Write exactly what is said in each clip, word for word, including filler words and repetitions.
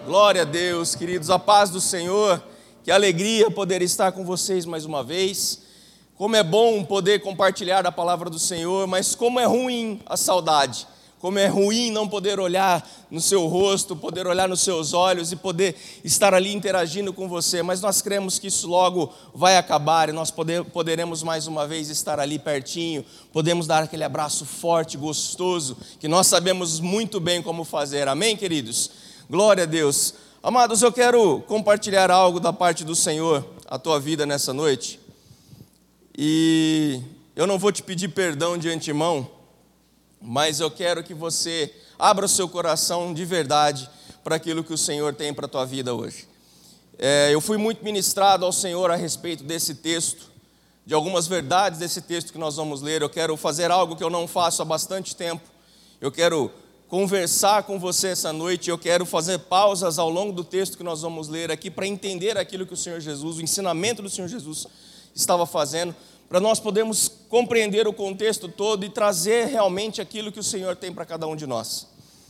Glória a Deus, queridos, a paz do Senhor, que alegria poder estar com vocês mais uma vez. Como é bom poder compartilhar a palavra do Senhor, mas como é ruim a saudade, como é ruim não poder olhar no seu rosto, poder olhar nos seus olhos e poder estar ali interagindo com você, mas nós cremos que isso logo vai acabar e nós poder, poderemos mais uma vez estar ali pertinho, podemos dar aquele abraço forte, gostoso, que nós sabemos muito bem como fazer, amém, queridos? Glória a Deus. Amados, eu quero compartilhar algo da parte do Senhor, a tua vida nessa noite. E eu não vou te pedir perdão de antemão, mas eu quero que você abra o seu coração de verdade para aquilo que o Senhor tem para a tua vida hoje. É, eu fui muito ministrado ao Senhor a respeito desse texto, de algumas verdades desse texto que nós vamos ler. Eu quero fazer algo que eu não faço há bastante tempo. Eu quero conversar com você essa noite, eu quero fazer pausas ao longo do texto que nós vamos ler aqui para entender aquilo que o Senhor Jesus, o ensinamento do Senhor Jesus estava fazendo, para nós podermos compreender o contexto todo e trazer realmente aquilo que o Senhor tem para cada um de nós.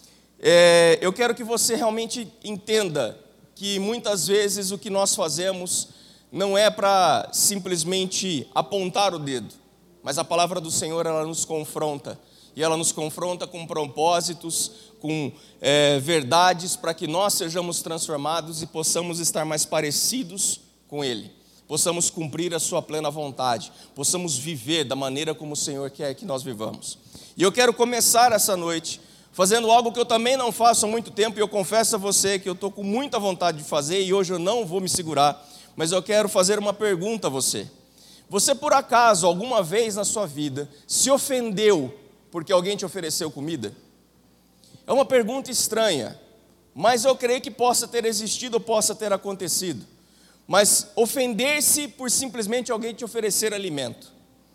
É, eu quero que você realmente entenda que muitas vezes o que nós fazemos não é para simplesmente apontar o dedo, mas a palavra do Senhor, ela nos confronta. E ela nos confronta com propósitos, com é, verdades, para que nós sejamos transformados e possamos estar mais parecidos com Ele. Possamos cumprir a sua plena vontade, possamos viver da maneira como o Senhor quer que nós vivamos. E eu quero começar essa noite fazendo algo que eu também não faço há muito tempo, e eu confesso a você que eu estou com muita vontade de fazer, e hoje eu não vou me segurar, mas eu quero fazer uma pergunta a você. Você, por acaso, alguma vez na sua vida, se ofendeu porque alguém te ofereceu comida? É uma pergunta estranha, mas eu creio que possa ter existido ou possa ter acontecido. Mas ofender-se por simplesmente alguém te oferecer alimento.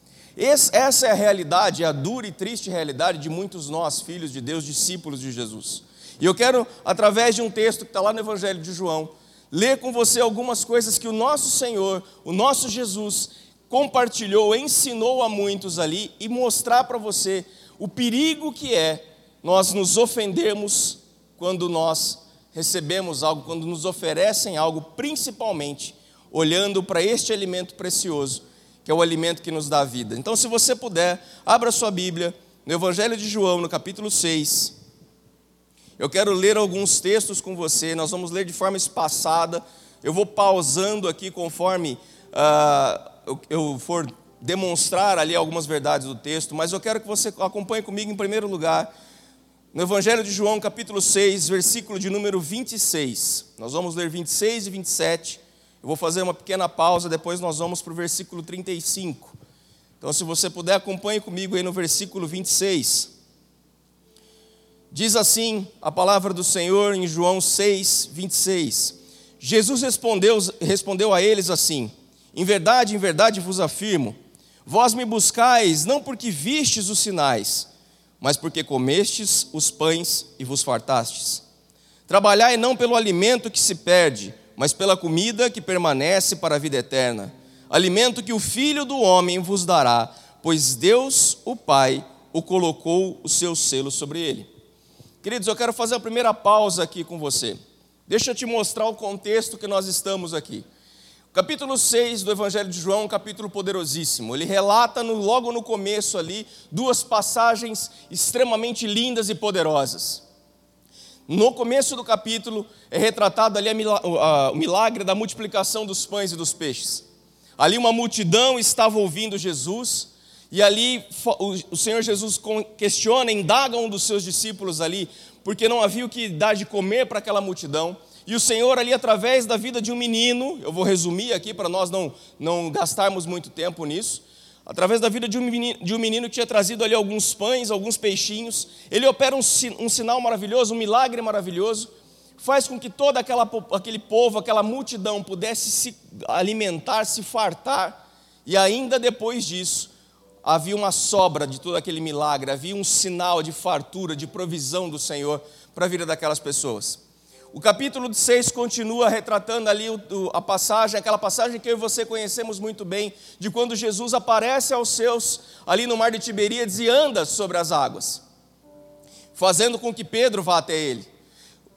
Essa é a realidade, é a dura e triste realidade de muitos nós, filhos de Deus, discípulos de Jesus. E eu quero, através de um texto que está lá no Evangelho de João, ler com você algumas coisas que o nosso Senhor, o nosso Jesus, compartilhou, ensinou a muitos ali e mostrar para você o perigo que é nós nos ofendermos quando nós recebemos algo, quando nos oferecem algo, principalmente olhando para este alimento precioso, que é o alimento que nos dá a vida. Então, se você puder, abra sua Bíblia no Evangelho de João, no capítulo seis. Eu quero ler alguns textos com você, nós vamos ler de forma espaçada, eu vou pausando aqui conforme uh, eu, eu for demonstrar ali algumas verdades do texto, mas eu quero que você acompanhe comigo em primeiro lugar, no Evangelho de João, capítulo seis, versículo de número vinte e seis. Nós vamos ler vinte e seis e vinte e sete, eu vou fazer uma pequena pausa, depois nós vamos para o versículo trinta e cinco. Então, se você puder, acompanhe comigo aí no versículo vinte e seis. Diz assim a palavra do Senhor em João seis, vinte e seis. Jesus respondeu, respondeu a eles assim: em verdade, em verdade vos afirmo, vós me buscais não porque vistes os sinais, mas porque comestes os pães e vos fartastes. Trabalhai não pelo alimento que se perde, mas pela comida que permanece para a vida eterna, alimento que o Filho do Homem vos dará, pois Deus, o Pai, o colocou o seu selo sobre ele. Queridos, eu quero fazer a primeira pausa aqui com você. Deixa eu te mostrar o contexto que nós estamos aqui. O capítulo seis do Evangelho de João é um capítulo poderosíssimo. Ele relata no, logo no começo ali duas passagens extremamente lindas e poderosas. No começo do capítulo é retratado ali a mila- a, o milagre da multiplicação dos pães e dos peixes. Ali uma multidão estava ouvindo Jesus e ali o, o Senhor Jesus questiona, indaga um dos seus discípulos ali, porque não havia o que dar de comer para aquela multidão. E o Senhor ali, através da vida de um menino, eu vou resumir aqui para nós não, não gastarmos muito tempo nisso, através da vida de um, menino, de um menino que tinha trazido ali alguns pães, alguns peixinhos, ele opera um, um sinal maravilhoso, um milagre maravilhoso, faz com que todo aquela, aquele povo, aquela multidão pudesse se alimentar, se fartar, e ainda depois disso, havia uma sobra de todo aquele milagre, havia um sinal de fartura, de provisão do Senhor para a vida daquelas pessoas. O capítulo seis continua retratando ali a passagem, aquela passagem que eu e você conhecemos muito bem, de quando Jesus aparece aos seus ali no mar de Tiberíades e anda sobre as águas, fazendo com que Pedro vá até ele.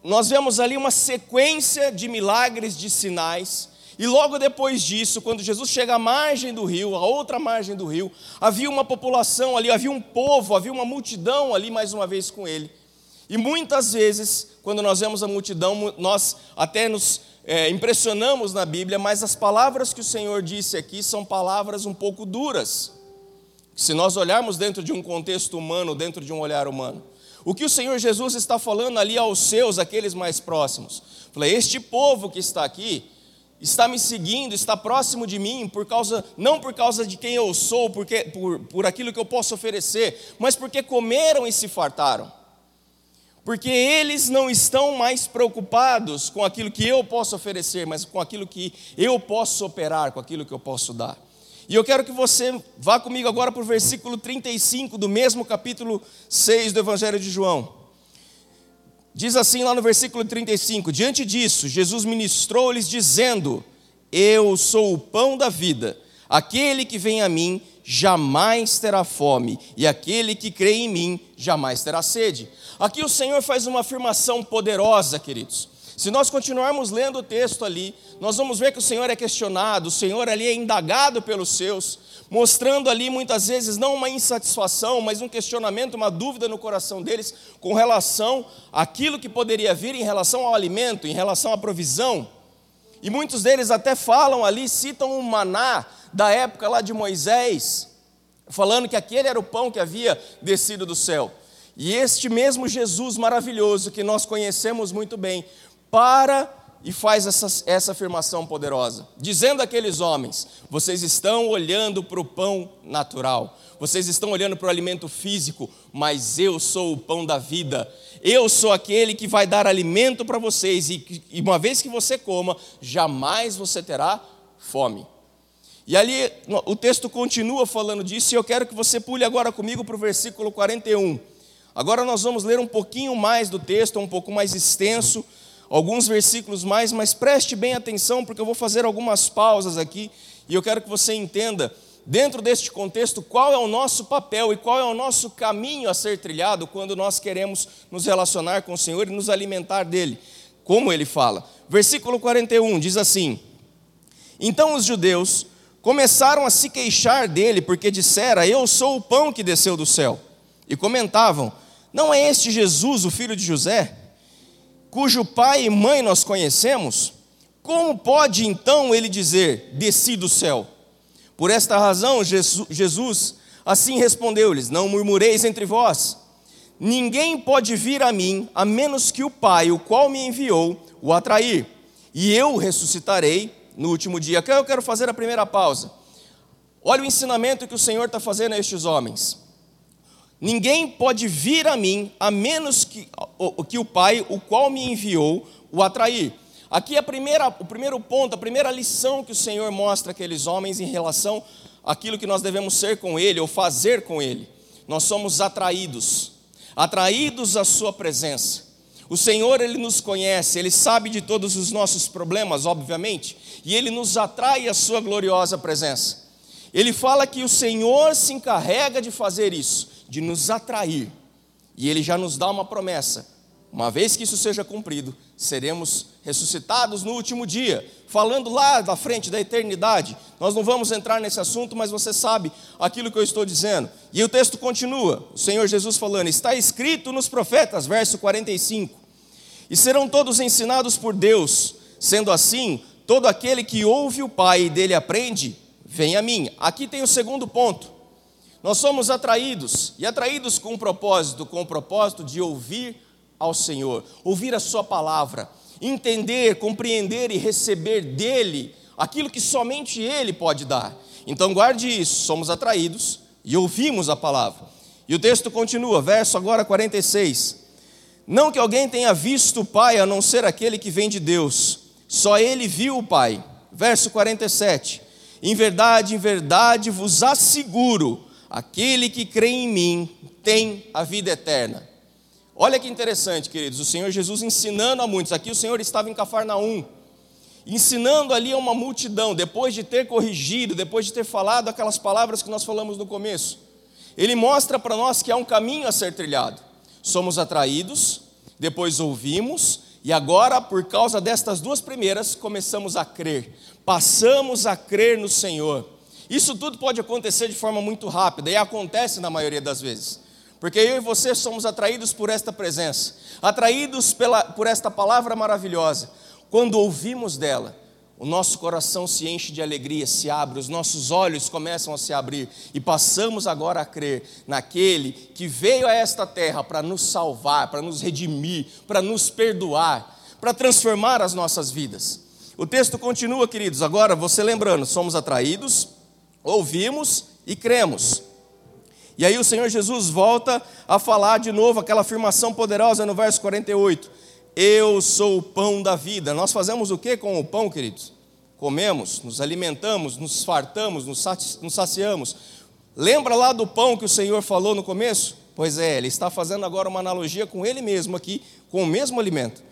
nós vemos ali uma sequência de milagres, de sinais, e logo depois disso, quando Jesus chega à margem do rio, à outra margem do rio, havia uma população ali, havia um povo, havia uma multidão ali mais uma vez com ele. E muitas vezes, quando nós vemos a multidão, nós até nos é, impressionamos na Bíblia, mas as palavras que o Senhor disse aqui são palavras um pouco duras. Se nós olharmos dentro de um contexto humano, dentro de um olhar humano, o que o Senhor Jesus está falando ali aos seus, aqueles mais próximos? Falei, este povo que está aqui, está me seguindo, está próximo de mim, por causa, não por causa de quem eu sou, porque, por, por aquilo que eu posso oferecer, mas porque comeram e se fartaram. Porque eles não estão mais preocupados com aquilo que eu posso oferecer, mas com aquilo que eu posso operar, com aquilo que eu posso dar. E eu quero que você vá comigo agora para o versículo trinta e cinco do mesmo capítulo seis do Evangelho de João. Diz assim lá no versículo trinta e cinco, diante disso, Jesus ministrou-lhes dizendo, eu sou o pão da vida, aquele que vem a mim jamais terá fome, e aquele que crê em mim jamais terá sede. Aqui o Senhor faz uma afirmação poderosa, queridos. Se nós continuarmos lendo o texto ali, nós vamos ver que o Senhor é questionado, o Senhor ali é indagado pelos seus, mostrando ali muitas vezes não uma insatisfação, mas um questionamento, uma dúvida no coração deles com relação àquilo que poderia vir em relação ao alimento, em relação à provisão. E muitos deles até falam ali, citam o maná da época lá de Moisés, falando que aquele era o pão que havia descido do céu. E este mesmo Jesus maravilhoso que nós conhecemos muito bem, para e faz essa, essa afirmação poderosa, dizendo àqueles homens, vocês estão olhando para o pão natural, vocês estão olhando para o alimento físico, mas eu sou o pão da vida, eu sou aquele que vai dar alimento para vocês, e, e uma vez que você coma, jamais você terá fome. E ali o texto continua falando disso, e eu quero que você pule agora comigo para o versículo quarenta e um. Agora nós vamos ler um pouquinho mais do texto, um pouco mais extenso, alguns versículos mais, mas preste bem atenção, porque eu vou fazer algumas pausas aqui, e eu quero que você entenda, dentro deste contexto, qual é o nosso papel e qual é o nosso caminho a ser trilhado quando nós queremos nos relacionar com o Senhor e nos alimentar dEle, como Ele fala. Versículo quarenta e um diz assim, então os judeus começaram a se queixar dele, porque dissera, eu sou o pão que desceu do céu, e comentavam, não é este Jesus, o filho de José, cujo pai e mãe nós conhecemos? Como pode então ele dizer, desci do céu? Por esta razão, Jesus assim respondeu-lhes, não murmureis entre vós, ninguém pode vir a mim, a menos que o Pai, o qual me enviou, o atrair, e eu ressuscitarei no último dia. Aqui eu quero fazer a primeira pausa. Olha o ensinamento que o Senhor está fazendo a estes homens. Ninguém pode vir a mim, a menos que, que o Pai, o qual me enviou, o atrair. Aqui a primeira, o primeiro ponto, a primeira lição que o Senhor mostra àqueles homens em relação àquilo que nós devemos ser com Ele, ou fazer com Ele. Nós somos atraídos, atraídos à Sua presença. O Senhor, Ele nos conhece, Ele sabe de todos os nossos problemas, obviamente, e Ele nos atrai à Sua gloriosa presença. Ele fala que o Senhor se encarrega de fazer isso, de nos atrair, e Ele já nos dá uma promessa, uma vez que isso seja cumprido, seremos ressuscitados no último dia, falando lá da frente da eternidade, nós não vamos entrar nesse assunto, mas você sabe aquilo que eu estou dizendo, e o texto continua, o Senhor Jesus falando, está escrito nos profetas, verso quarenta e cinco, e serão todos ensinados por Deus, sendo assim, todo aquele que ouve o Pai e dele aprende, vem a mim. Aqui tem o segundo ponto. Nós somos atraídos, e atraídos com um propósito, com o propósito de ouvir ao Senhor, ouvir a Sua palavra, entender, compreender e receber dEle aquilo que somente Ele pode dar. Então guarde isso, somos atraídos e ouvimos a palavra. E o texto continua, verso agora quarenta e seis. Não que alguém tenha visto o Pai, a não ser aquele que vem de Deus, só Ele viu o Pai. Verso quarenta e sete. Em verdade, em verdade vos asseguro, aquele que crê em mim tem a vida eterna. Olha que interessante, queridos, o Senhor Jesus ensinando a muitos. Aqui o Senhor estava em Cafarnaum, ensinando ali a uma multidão, depois de ter corrigido, depois de ter falado aquelas palavras que nós falamos no começo. Ele mostra para nós que há um caminho a ser trilhado. Somos atraídos, depois ouvimos, E agora, por causa destas duas primeiras, começamos a crer, passamos a crer no Senhor. Isso tudo pode acontecer de forma muito rápida, e acontece na maioria das vezes, porque eu e você somos atraídos por esta presença, atraídos pela, por esta palavra maravilhosa. Quando ouvimos dela, o nosso coração se enche de alegria, se abre, os nossos olhos começam a se abrir, e passamos agora a crer naquele que veio a esta terra para nos salvar, para nos redimir, para nos perdoar, para transformar as nossas vidas. O texto continua, queridos, agora você lembrando, somos atraídos, ouvimos e cremos. E aí o Senhor Jesus volta a falar de novo aquela afirmação poderosa no verso quarenta e oito. Eu sou o pão da vida. Nós fazemos o que com o pão, queridos? Comemos, nos alimentamos, nos fartamos, nos saciamos. Lembra lá do pão que o Senhor falou no começo? Pois é, Ele está fazendo agora uma analogia com Ele mesmo aqui, com o mesmo alimento.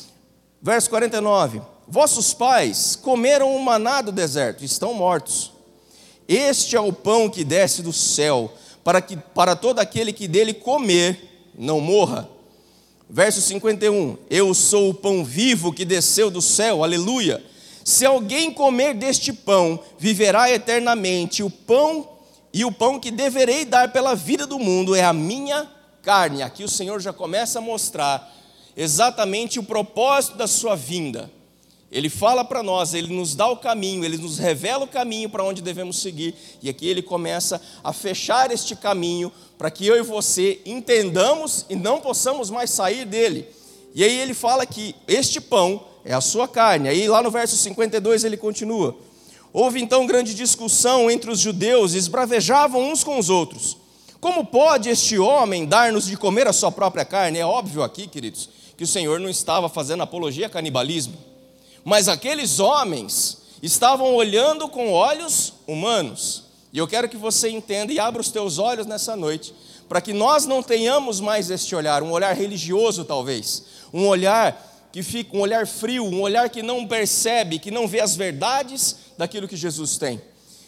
Verso quarenta e nove. Vossos pais comeram o maná do deserto, estão mortos. Este é o pão que desce do céu, para que para todo aquele que dele comer não morra. Verso cinquenta e um, eu sou o pão vivo que desceu do céu, aleluia. Se alguém comer deste pão, viverá eternamente. O pão e o pão que deverei dar pela vida do mundo é a minha carne. Aqui o Senhor já começa a mostrar exatamente o propósito da sua vinda. Ele fala para nós, Ele nos dá o caminho, Ele nos revela o caminho para onde devemos seguir. E aqui Ele começa a fechar este caminho para que eu e você entendamos e não possamos mais sair dele. E aí Ele fala que este pão é a sua carne. Aí lá no verso cinquenta e dois Ele continua. Houve então grande discussão entre os judeus, esbravejavam uns com os outros. Como pode este homem dar-nos de comer a sua própria carne? É óbvio aqui, queridos, que o Senhor não estava fazendo apologia a canibalismo. Mas aqueles homens estavam olhando com olhos humanos. E eu quero que você entenda e abra os teus olhos nessa noite, para que nós não tenhamos mais este olhar, um olhar religioso talvez, um olhar que fica, um olhar frio, um olhar que não percebe, que não vê as verdades daquilo que Jesus tem.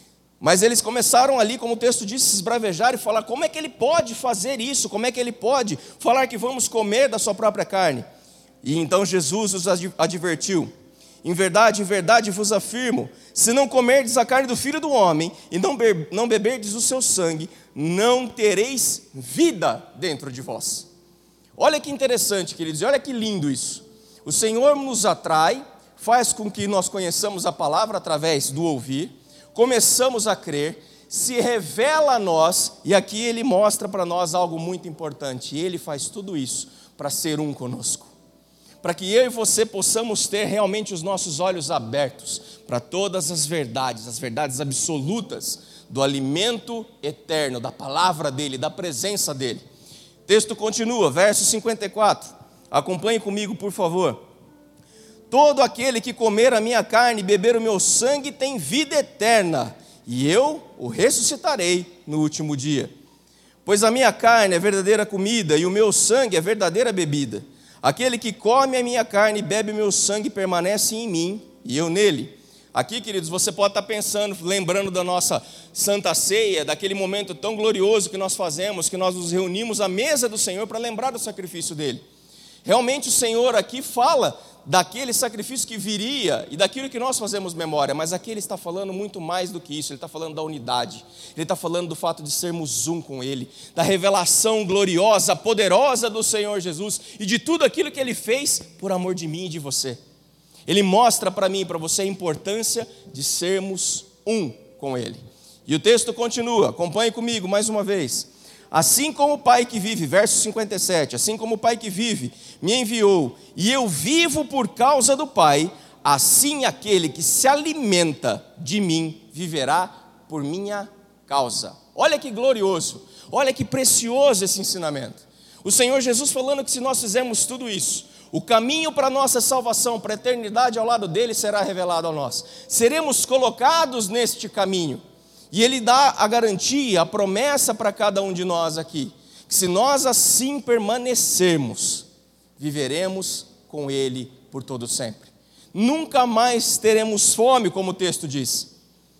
Mas eles começaram ali, como o texto diz, se esbravejar e falar, como é que ele pode fazer isso? Como é que ele pode falar que vamos comer da sua própria carne? E então Jesus os advertiu. Em verdade, em verdade vos afirmo, se não comerdes a carne do Filho do Homem e não, be- não beberdes o seu sangue, não tereis vida dentro de vós. Olha que interessante, queridos, e olha que lindo isso. O Senhor nos atrai, faz com que nós conheçamos a palavra através do ouvir, começamos a crer, se revela a nós, e aqui Ele mostra para nós algo muito importante. Ele faz tudo isso para ser um conosco. Para que eu e você possamos ter realmente os nossos olhos abertos para todas as verdades, as verdades absolutas do alimento eterno, da palavra dEle, da presença dEle. O texto continua, verso cinquenta e quatro, acompanhe comigo por favor. Todo aquele que comer a minha carne e beber o meu sangue tem vida eterna, e eu o ressuscitarei no último dia. Pois a minha carne é verdadeira comida e o meu sangue é verdadeira bebida. Aquele que come a minha carne e bebe o meu sangue permanece em mim e eu nele. Aqui, queridos, você pode estar pensando, lembrando da nossa Santa Ceia, daquele momento tão glorioso que nós fazemos, que nós nos reunimos à mesa do Senhor para lembrar do sacrifício dele. Realmente o Senhor aqui fala daquele sacrifício que viria e daquilo que nós fazemos memória, mas aqui Ele está falando muito mais do que isso. Ele está falando da unidade, Ele está falando do fato de sermos um com Ele, da revelação gloriosa, poderosa do Senhor Jesus e de tudo aquilo que Ele fez por amor de mim e de você. Ele mostra para mim e para você a importância de sermos um com Ele. E o texto continua, acompanhe comigo mais uma vez. Assim como o Pai que vive, verso cinquenta e sete, assim como o Pai que vive me enviou, e eu vivo por causa do Pai, assim aquele que se alimenta de mim viverá por minha causa. Olha que glorioso, olha que precioso esse ensinamento. O Senhor Jesus falando que se nós fizermos tudo isso, o caminho para a nossa salvação, para a eternidade ao lado dele será revelado a nós. Seremos colocados neste caminho. E Ele dá a garantia, a promessa para cada um de nós aqui, que se nós assim permanecermos, viveremos com Ele por todo sempre. Nunca mais teremos fome, como o texto diz.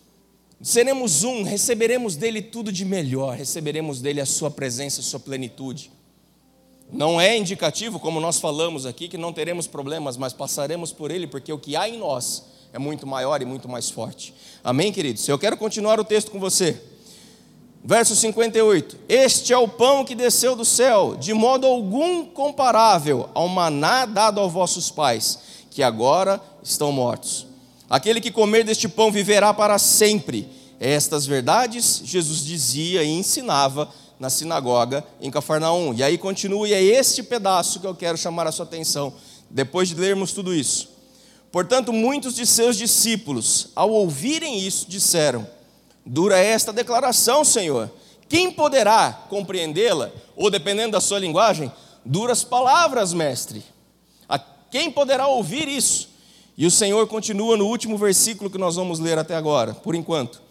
Seremos um, receberemos dEle tudo de melhor, receberemos dEle a sua presença, a sua plenitude. Não é indicativo, como nós falamos aqui, que não teremos problemas, mas passaremos por ele, porque o que há em nós é muito maior e muito mais forte. Amém, queridos? Eu quero continuar o texto com você. Verso cinquenta e oito. Este é o pão que desceu do céu, de modo algum comparável ao maná dado aos vossos pais, que agora estão mortos. Aquele que comer deste pão viverá para sempre. Estas verdades Jesus dizia e ensinava na sinagoga em Cafarnaum. E aí continua, e é este pedaço que eu quero chamar a sua atenção, depois de lermos tudo isso. Portanto, muitos de seus discípulos, ao ouvirem isso, disseram: dura esta declaração, Senhor, quem poderá compreendê-la? Ou, dependendo da sua linguagem, duras palavras, mestre. A quem poderá ouvir isso? E o Senhor continua no último versículo que nós vamos ler até agora, por enquanto.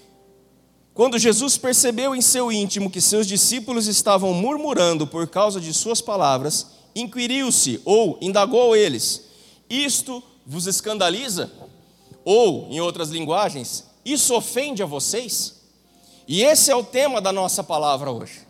Quando Jesus percebeu em seu íntimo que seus discípulos estavam murmurando por causa de suas palavras, inquiriu-se ou indagou eles: isto vos escandaliza? Ou, em outras linguagens, isso ofende a vocês? E esse é o tema da nossa palavra hoje.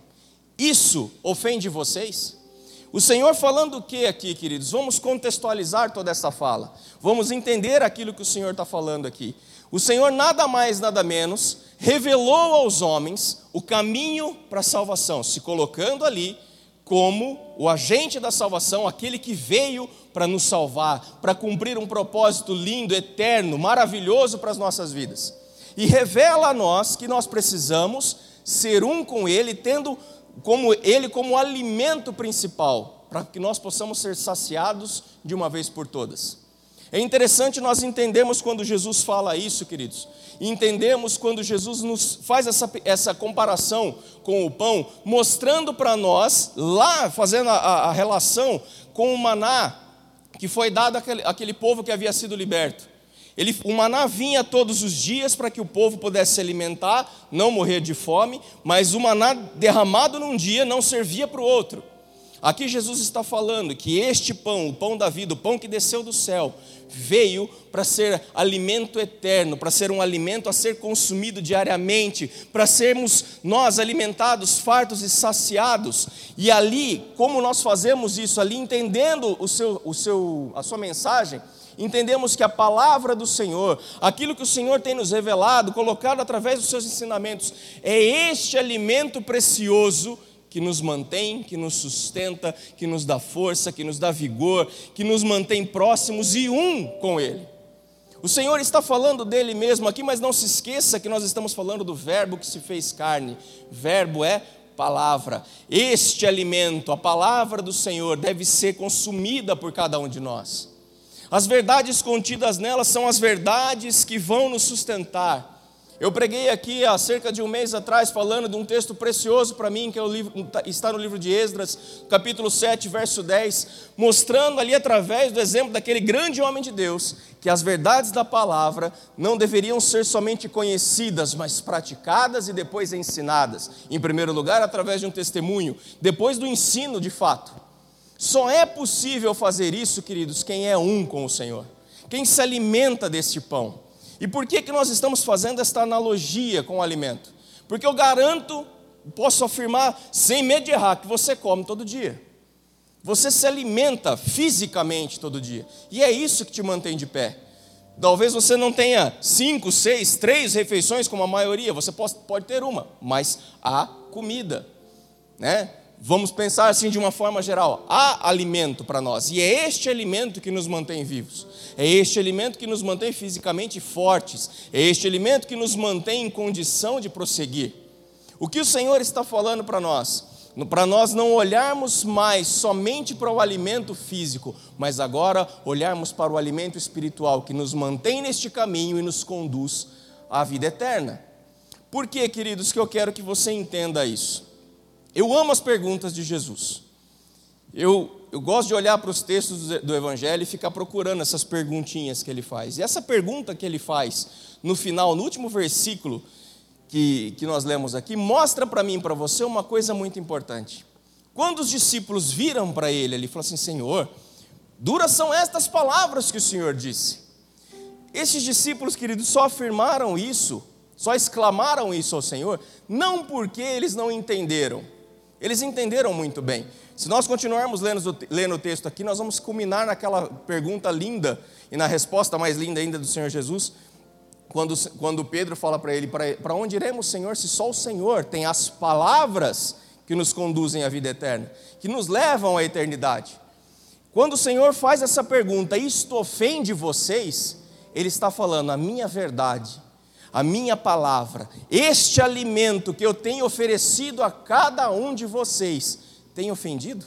Isso ofende vocês? O Senhor falando o que aqui, queridos? Vamos contextualizar toda essa fala. Vamos entender aquilo que o Senhor está falando aqui. O Senhor nada mais, nada menos, revelou aos homens o caminho para a salvação, se colocando ali como o agente da salvação, aquele que veio para nos salvar, para cumprir um propósito lindo, eterno, maravilhoso para as nossas vidas. E revela a nós que nós precisamos ser um com Ele, tendo como Ele como alimento principal, para que nós possamos ser saciados de uma vez por todas. É interessante nós entendermos quando Jesus fala isso, queridos, e entendemos quando Jesus nos faz essa, essa comparação com o pão, mostrando para nós, lá, fazendo a, a relação com o maná, que foi dado àquele, àquele povo que havia sido liberto. Ele, o maná vinha todos os dias para que o povo pudesse se alimentar, não morrer de fome, mas o maná derramado num dia não servia para o outro. Aqui Jesus está falando que este pão, o pão da vida, o pão que desceu do céu, veio para ser alimento eterno, para ser um alimento a ser consumido diariamente, para sermos nós alimentados, fartos e saciados. E ali, como nós fazemos isso? Ali entendendo o seu, o seu, a sua mensagem, entendemos que a palavra do Senhor, aquilo que o Senhor tem nos revelado, colocado através dos seus ensinamentos, é este alimento precioso que nos mantém, que nos sustenta, que nos dá força, que nos dá vigor, que nos mantém próximos e um com Ele. O Senhor está falando dele mesmo aqui, mas não se esqueça que nós estamos falando do verbo que se fez carne. Verbo é palavra. Este alimento, a palavra do Senhor, deve ser consumida por cada um de nós. As verdades contidas nela são as verdades que vão nos sustentar. Eu preguei aqui há cerca de um mês atrás falando de um texto precioso para mim, que é o livro, está no livro de Esdras, capítulo sete, verso dez, mostrando ali através do exemplo daquele grande homem de Deus, que as verdades da palavra não deveriam ser somente conhecidas, mas praticadas e depois ensinadas. Em primeiro lugar, através de um testemunho, depois do ensino de fato. Só é possível fazer isso, queridos, quem é um com o Senhor, quem se alimenta deste pão. E por que que nós estamos fazendo esta analogia com o alimento? Porque eu garanto, posso afirmar, sem medo de errar, que você come todo dia. Você se alimenta fisicamente todo dia. E é isso que te mantém de pé. Talvez você não tenha cinco, seis, três refeições como a maioria. Você pode, pode ter uma, mas há comida, né? Vamos pensar assim de uma forma geral, há alimento para nós, e é este alimento que nos mantém vivos, é este alimento que nos mantém fisicamente fortes, é este alimento que nos mantém em condição de prosseguir. O que o Senhor está falando para nós? Para nós não olharmos mais somente para o alimento físico, mas agora olharmos para o alimento espiritual, que nos mantém neste caminho e nos conduz à vida eterna. Por que, queridos, que eu quero que você entenda isso? Eu amo as perguntas de Jesus. Eu, eu gosto de olhar para os textos do Evangelho e ficar procurando essas perguntinhas que ele faz. E essa pergunta que ele faz no final, no último versículo que, que nós lemos aqui, mostra para mim e para você uma coisa muito importante. Quando os discípulos viram para ele, ele falou assim: Senhor, duras são estas palavras que o Senhor disse. Esses discípulos, queridos, só afirmaram isso, só exclamaram isso ao Senhor, não porque eles não entenderam, Eles entenderam muito bem. Se nós continuarmos lendo, lendo o texto aqui, nós vamos culminar naquela pergunta linda e na resposta mais linda ainda do Senhor Jesus, quando, quando Pedro fala para ele, para onde iremos, Senhor, se só o Senhor tem as palavras que nos conduzem à vida eterna, que nos levam à eternidade. Quando o Senhor faz essa pergunta, isto ofende vocês? Ele está falando, a minha verdade, a minha palavra, este alimento que eu tenho oferecido a cada um de vocês, tem ofendido?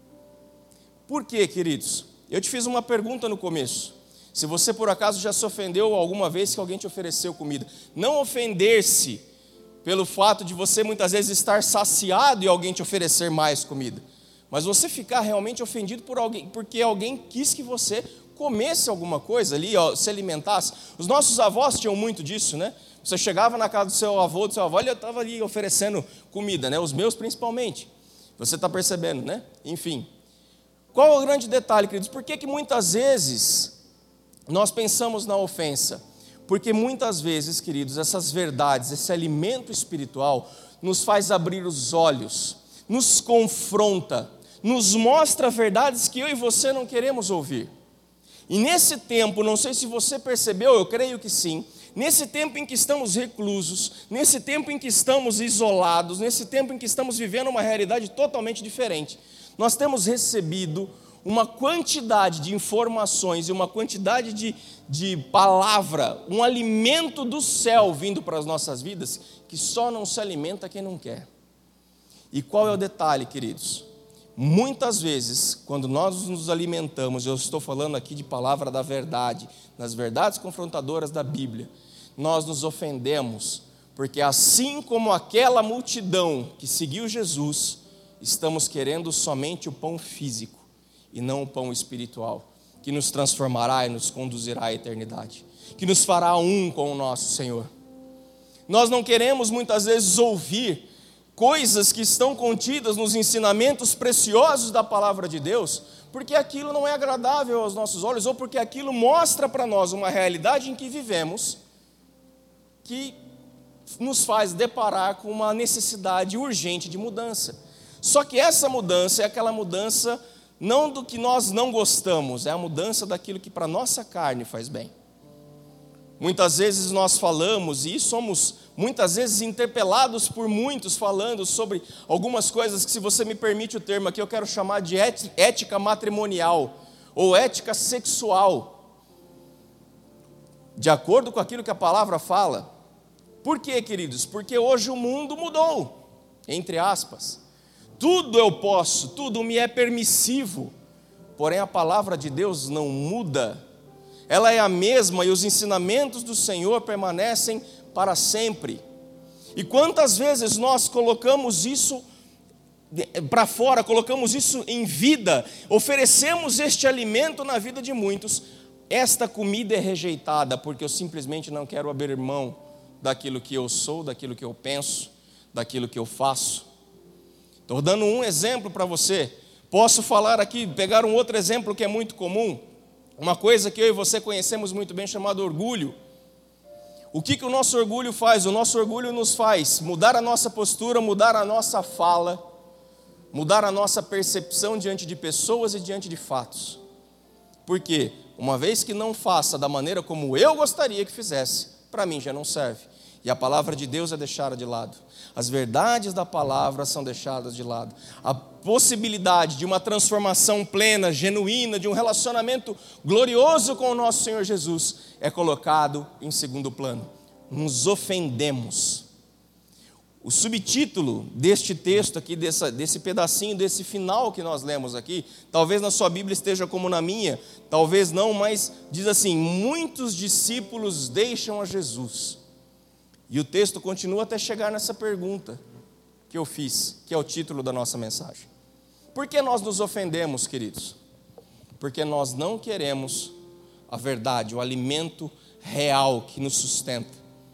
Por quê, queridos? Eu te fiz uma pergunta no começo. Se você por acaso já se ofendeu alguma vez que alguém te ofereceu comida, não ofender-se pelo fato de você muitas vezes estar saciado e alguém te oferecer mais comida, mas você ficar realmente ofendido por alguém, porque alguém quis que você comesse alguma coisa ali, ó, se alimentasse. Os nossos avós tinham muito disso, né? Você chegava na casa do seu avô, do seu avô, ele estava ali oferecendo comida, né? Os meus principalmente. Você está percebendo, né? Enfim. Qual é o grande detalhe, queridos? Por que que muitas vezes nós pensamos na ofensa? Porque muitas vezes, queridos, essas verdades, esse alimento espiritual, nos faz abrir os olhos, nos confronta, nos mostra verdades que eu e você não queremos ouvir. E nesse tempo, não sei se você percebeu, eu creio que sim, nesse tempo em que estamos reclusos, nesse tempo em que estamos isolados, nesse tempo em que estamos vivendo uma realidade totalmente diferente, nós temos recebido uma quantidade de informações e uma quantidade de, de palavra, um alimento do céu vindo para as nossas vidas, que só não se alimenta quem não quer. E qual é o detalhe, queridos? Muitas vezes, quando nós nos alimentamos, eu estou falando aqui de palavra da verdade, nas verdades confrontadoras da Bíblia, nós nos ofendemos, porque assim como aquela multidão que seguiu Jesus, estamos querendo somente o pão físico e não o pão espiritual, que nos transformará e nos conduzirá à eternidade, que nos fará um com o nosso Senhor. Nós não queremos muitas vezes ouvir coisas que estão contidas nos ensinamentos preciosos da palavra de Deus, porque aquilo não é agradável aos nossos olhos, ou porque aquilo mostra para nós uma realidade em que vivemos, que nos faz deparar com uma necessidade urgente de mudança. Só que essa mudança é aquela mudança não do que nós não gostamos, é a mudança daquilo que para a nossa carne faz bem. Muitas vezes nós falamos e somos muitas vezes interpelados por muitos falando sobre algumas coisas que, se você me permite o termo aqui, eu quero chamar de ética matrimonial ou ética sexual, de acordo com aquilo que a palavra fala. Por quê, queridos? Porque hoje o mundo mudou, entre aspas. Tudo eu posso, tudo me é permissivo, porém a palavra de Deus não muda. Ela é a mesma e os ensinamentos do Senhor permanecem para sempre. E quantas vezes nós colocamos isso para fora, colocamos isso em vida, oferecemos este alimento na vida de muitos. Esta comida é rejeitada porque eu simplesmente não quero abrir mão daquilo que eu sou, daquilo que eu penso, daquilo que eu faço. Estou dando um exemplo para você. Posso falar aqui, pegar um outro exemplo que é muito comum. Uma coisa que eu e você conhecemos muito bem, chamada orgulho. O que, que o nosso orgulho faz? O nosso orgulho nos faz mudar a nossa postura, mudar a nossa fala, mudar a nossa percepção diante de pessoas e diante de fatos. Por quê? Uma vez que não faça da maneira como eu gostaria que fizesse, para mim já não serve. E a palavra de Deus é deixada de lado. As verdades da palavra são deixadas de lado. A possibilidade de uma transformação plena, genuína, de um relacionamento glorioso com o nosso Senhor Jesus é colocado em segundo plano. Nos ofendemos. O subtítulo deste texto aqui, dessa, desse pedacinho, desse final que nós lemos aqui, talvez na sua Bíblia esteja como na minha, talvez não, mas diz assim: muitos discípulos deixam a Jesus. E o texto continua até chegar nessa pergunta que eu fiz, que é o título da nossa mensagem. Por que nós nos ofendemos, queridos? Porque nós não queremos a verdade, o alimento real que nos sustenta.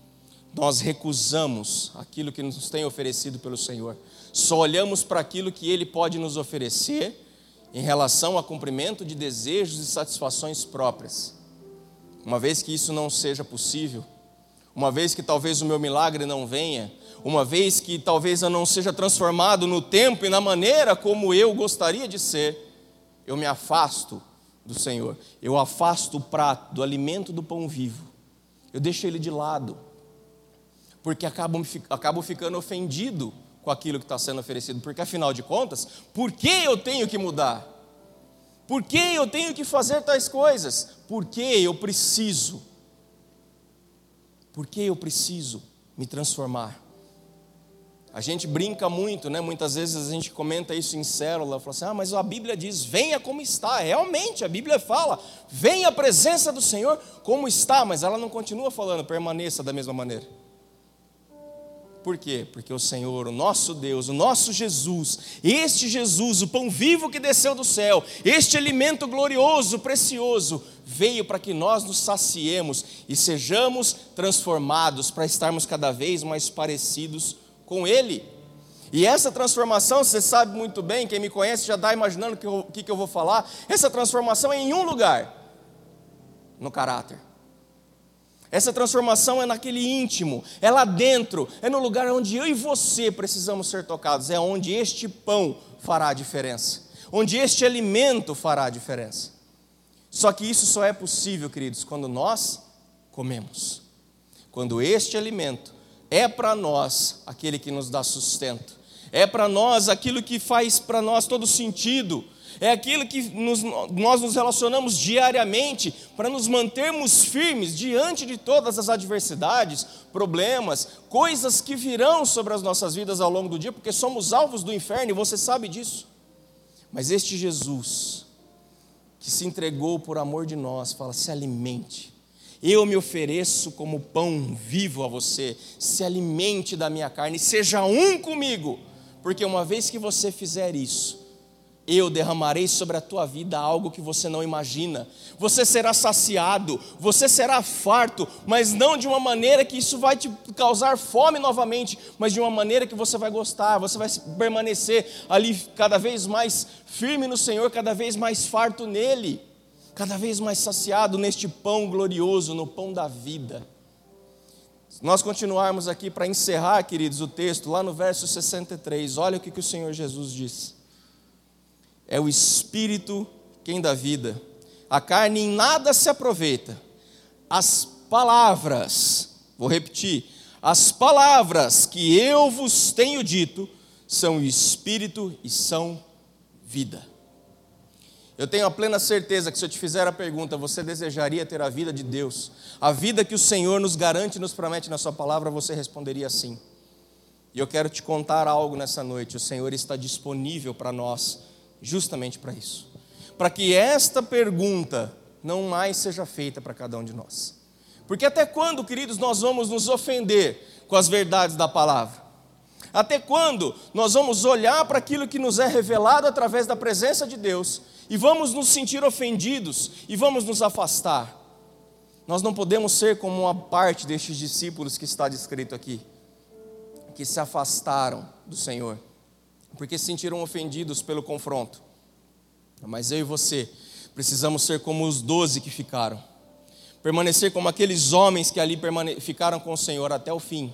Nós recusamos aquilo que nos tem oferecido pelo Senhor. Só olhamos para aquilo que Ele pode nos oferecer em relação ao cumprimento de desejos e satisfações próprias. Uma vez que isso não seja possível, uma vez que talvez o meu milagre não venha, uma vez que talvez eu não seja transformado no tempo e na maneira como eu gostaria de ser, eu me afasto do Senhor. Eu afasto o prato, do alimento do pão vivo. Eu deixo ele de lado, porque acabo, acabo ficando ofendido com aquilo que está sendo oferecido. Porque afinal de contas, por que eu tenho que mudar? Por que eu tenho que fazer tais coisas? Por que eu preciso? Por que eu preciso me transformar? A gente brinca muito, né? Muitas vezes a gente comenta isso em célula, fala assim, ah, mas a Bíblia diz, venha como está. Realmente, a Bíblia fala, venha a presença do Senhor como está, mas ela não continua falando, permaneça da mesma maneira. Por quê? Porque o Senhor, o nosso Deus, o nosso Jesus, este Jesus, o pão vivo que desceu do céu, este alimento glorioso, precioso, veio para que nós nos saciemos e sejamos transformados para estarmos cada vez mais parecidos com Ele. E essa transformação, você sabe muito bem, quem me conhece já está imaginando o que, que eu vou falar. Essa transformação é em um lugar, no caráter. Essa transformação é naquele íntimo, é lá dentro, é no lugar onde eu e você precisamos ser tocados. É onde este pão fará a diferença, onde este alimento fará a diferença. Só que isso só é possível, queridos, quando nós comemos. Quando este alimento é para nós aquele que nos dá sustento, é para nós aquilo que faz para nós todo sentido, é aquilo que nos, nós nos relacionamos diariamente para nos mantermos firmes diante de todas as adversidades, problemas, coisas que virão sobre as nossas vidas ao longo do dia, porque somos alvos do inferno e você sabe disso. Mas este Jesus, que se entregou por amor de nós, fala, se alimente. Eu me ofereço como pão vivo a você, se alimente da minha carne, seja um comigo, porque uma vez que você fizer isso, eu derramarei sobre a tua vida algo que você não imagina. Você será saciado, você será farto, mas não de uma maneira que isso vai te causar fome novamente, mas de uma maneira que você vai gostar, você vai permanecer ali cada vez mais firme no Senhor, cada vez mais farto nele, cada vez mais saciado neste pão glorioso, no pão da vida. Se nós continuarmos aqui para encerrar, queridos, o texto, lá no verso sessenta e três, olha o que, que o Senhor Jesus disse. É o Espírito quem dá vida, a carne em nada se aproveita. As palavras, vou repetir, as palavras que eu vos tenho dito são o Espírito e são vida. Eu tenho a plena certeza que se eu te fizer a pergunta, você desejaria ter a vida de Deus, a vida que o Senhor nos garante e nos promete na sua palavra, você responderia sim. E eu quero te contar algo nessa noite, o Senhor está disponível para nós, justamente para isso. Para que esta pergunta não mais seja feita para cada um de nós. Porque até quando, queridos, nós vamos nos ofender com as verdades da palavra? Até quando nós vamos olhar para aquilo que nos é revelado através da presença de Deus e vamos nos sentir ofendidos e vamos nos afastar? Nós não podemos ser como uma parte destes discípulos que está descrito aqui, que se afastaram do Senhor, porque se sentiram ofendidos pelo confronto. Mas eu e você precisamos ser como os doze que ficaram, permanecer como aqueles homens que ali permane- ficaram com o Senhor até o fim,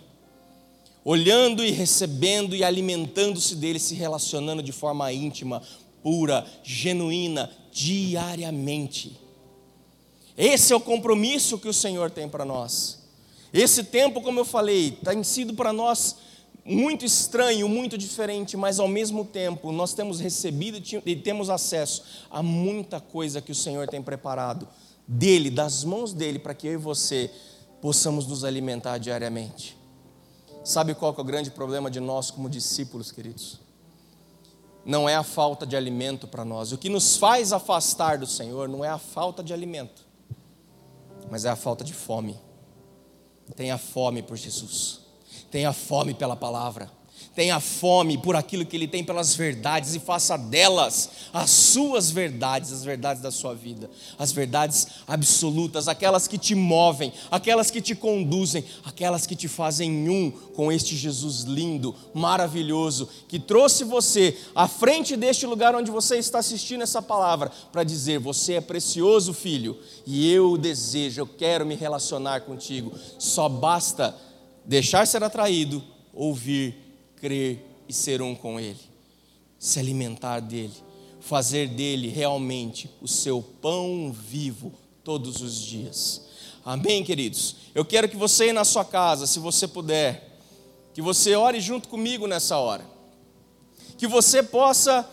olhando e recebendo e alimentando-se dele, se relacionando de forma íntima, pura, genuína, diariamente. Esse é o compromisso que o Senhor tem para nós. Esse tempo, como eu falei, tem sido para nós muito estranho, muito diferente, mas ao mesmo tempo nós temos recebido e temos acesso a muita coisa que o Senhor tem preparado dele, das mãos dele, para que eu e você possamos nos alimentar diariamente. Sabe qual que é o grande problema de nós como discípulos, queridos? Não é a falta de alimento para nós. O que nos faz afastar do Senhor não é a falta de alimento, mas é a falta de fome. Tenha fome por Jesus. Tenha fome pela palavra. Tenha fome por aquilo que Ele tem, pelas verdades, e faça delas as suas verdades, as verdades da sua vida, as verdades absolutas, aquelas que te movem, aquelas que te conduzem, aquelas que te fazem um com este Jesus lindo, maravilhoso, que trouxe você à frente deste lugar onde você está assistindo essa palavra, para dizer, você é precioso, filho, e eu desejo, eu quero me relacionar contigo. Só basta deixar ser atraído, ouvir, crer e ser um com Ele, se alimentar dEle, fazer dEle realmente o seu pão vivo todos os dias. Amém, queridos? Eu quero que você aí na sua casa, se você puder, que você ore junto comigo nessa hora, que você possa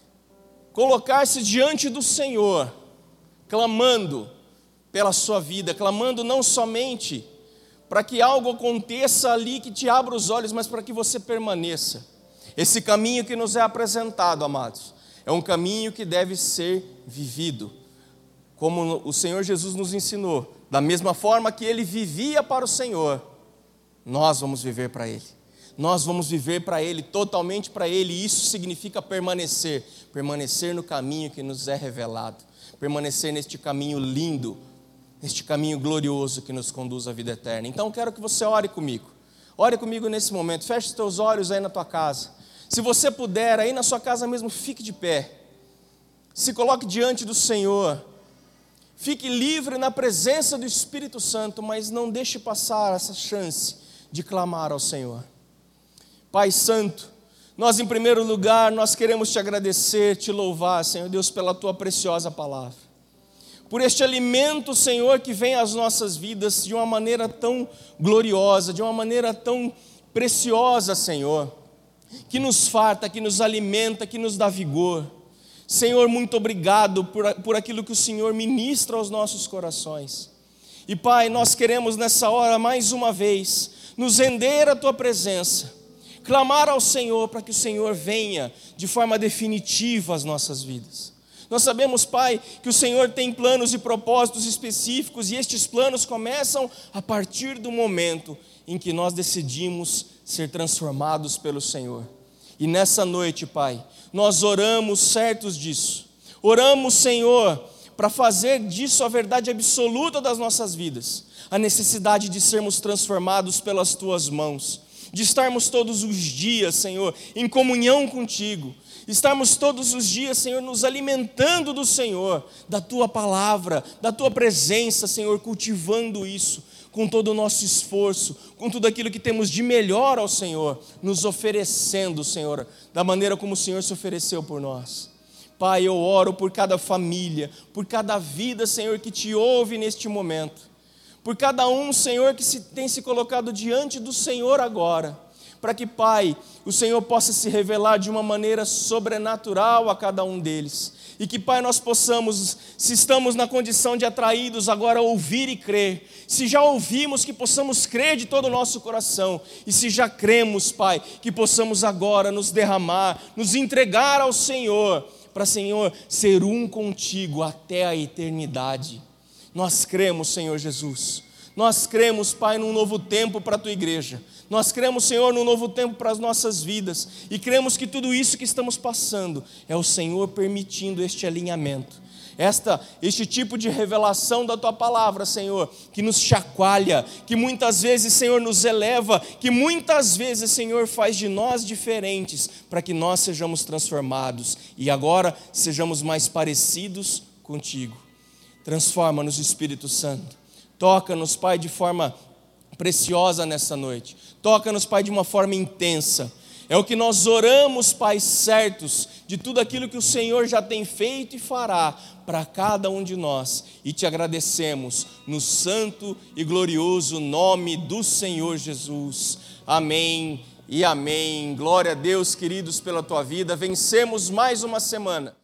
colocar-se diante do Senhor, clamando pela sua vida, clamando não somente para que algo aconteça ali que te abra os olhos, mas para que você permaneça. Esse caminho que nos é apresentado, amados, é um caminho que deve ser vivido, como o Senhor Jesus nos ensinou, da mesma forma que Ele vivia para o Senhor, nós vamos viver para Ele. Nós vamos viver para Ele, totalmente para Ele, e isso significa permanecer, permanecer no caminho que nos é revelado, permanecer neste caminho lindo, neste caminho glorioso que nos conduz à vida eterna. Então eu quero que você ore comigo, ore comigo nesse momento, feche os teus olhos aí na tua casa, se você puder, aí na sua casa mesmo, fique de pé, se coloque diante do Senhor, fique livre na presença do Espírito Santo, mas não deixe passar essa chance de clamar ao Senhor. Pai Santo, nós em primeiro lugar, nós queremos te agradecer, te louvar, Senhor Deus, pela tua preciosa palavra. Por este alimento, Senhor, que vem às nossas vidas de uma maneira tão gloriosa, de uma maneira tão preciosa, Senhor, que nos farta, que nos alimenta, que nos dá vigor. Senhor, muito obrigado por, por aquilo que o Senhor ministra aos nossos corações. E Pai, nós queremos nessa hora, mais uma vez, nos render à tua presença, clamar ao Senhor para que o Senhor venha de forma definitiva às nossas vidas. Nós sabemos, Pai, que o Senhor tem planos e propósitos específicos, e estes planos começam a partir do momento em que nós decidimos ser transformados pelo Senhor. E nessa noite, Pai, nós oramos certos disso. Oramos, Senhor, para fazer disso a verdade absoluta das nossas vidas, a necessidade de sermos transformados pelas Tuas mãos, de estarmos todos os dias, Senhor, em comunhão contigo, estarmos todos os dias, Senhor, nos alimentando do Senhor, da Tua palavra, da Tua presença, Senhor, cultivando isso, com todo o nosso esforço, com tudo aquilo que temos de melhor ao Senhor, nos oferecendo, Senhor, da maneira como o Senhor se ofereceu por nós. Pai, eu oro por cada família, por cada vida, Senhor, que Te ouve neste momento, por cada um, Senhor, que se, tem se colocado diante do Senhor agora, para que, Pai, o Senhor possa se revelar de uma maneira sobrenatural a cada um deles, e que, Pai, nós possamos, se estamos na condição de atraídos agora, ouvir e crer, se já ouvimos, que possamos crer de todo o nosso coração, e se já cremos, Pai, que possamos agora nos derramar, nos entregar ao Senhor, para, Senhor, ser um contigo até a eternidade. Nós cremos, Senhor Jesus, nós cremos, Pai, num novo tempo para a Tua igreja, nós cremos, Senhor, num novo tempo para as nossas vidas, e cremos que tudo isso que estamos passando, é o Senhor permitindo este alinhamento, esta, este tipo de revelação da Tua palavra, Senhor, que nos chacoalha, que muitas vezes, Senhor, nos eleva, que muitas vezes, Senhor, faz de nós diferentes, para que nós sejamos transformados, e agora sejamos mais parecidos contigo. Transforma-nos, Espírito Santo, toca-nos, Pai, de forma preciosa nessa noite, toca-nos, Pai, de uma forma intensa, é o que nós oramos, Pai, certos de tudo aquilo que o Senhor já tem feito e fará para cada um de nós, e Te agradecemos no santo e glorioso nome do Senhor Jesus, amém e amém. Glória a Deus, queridos, pela Tua vida, vencemos mais uma semana.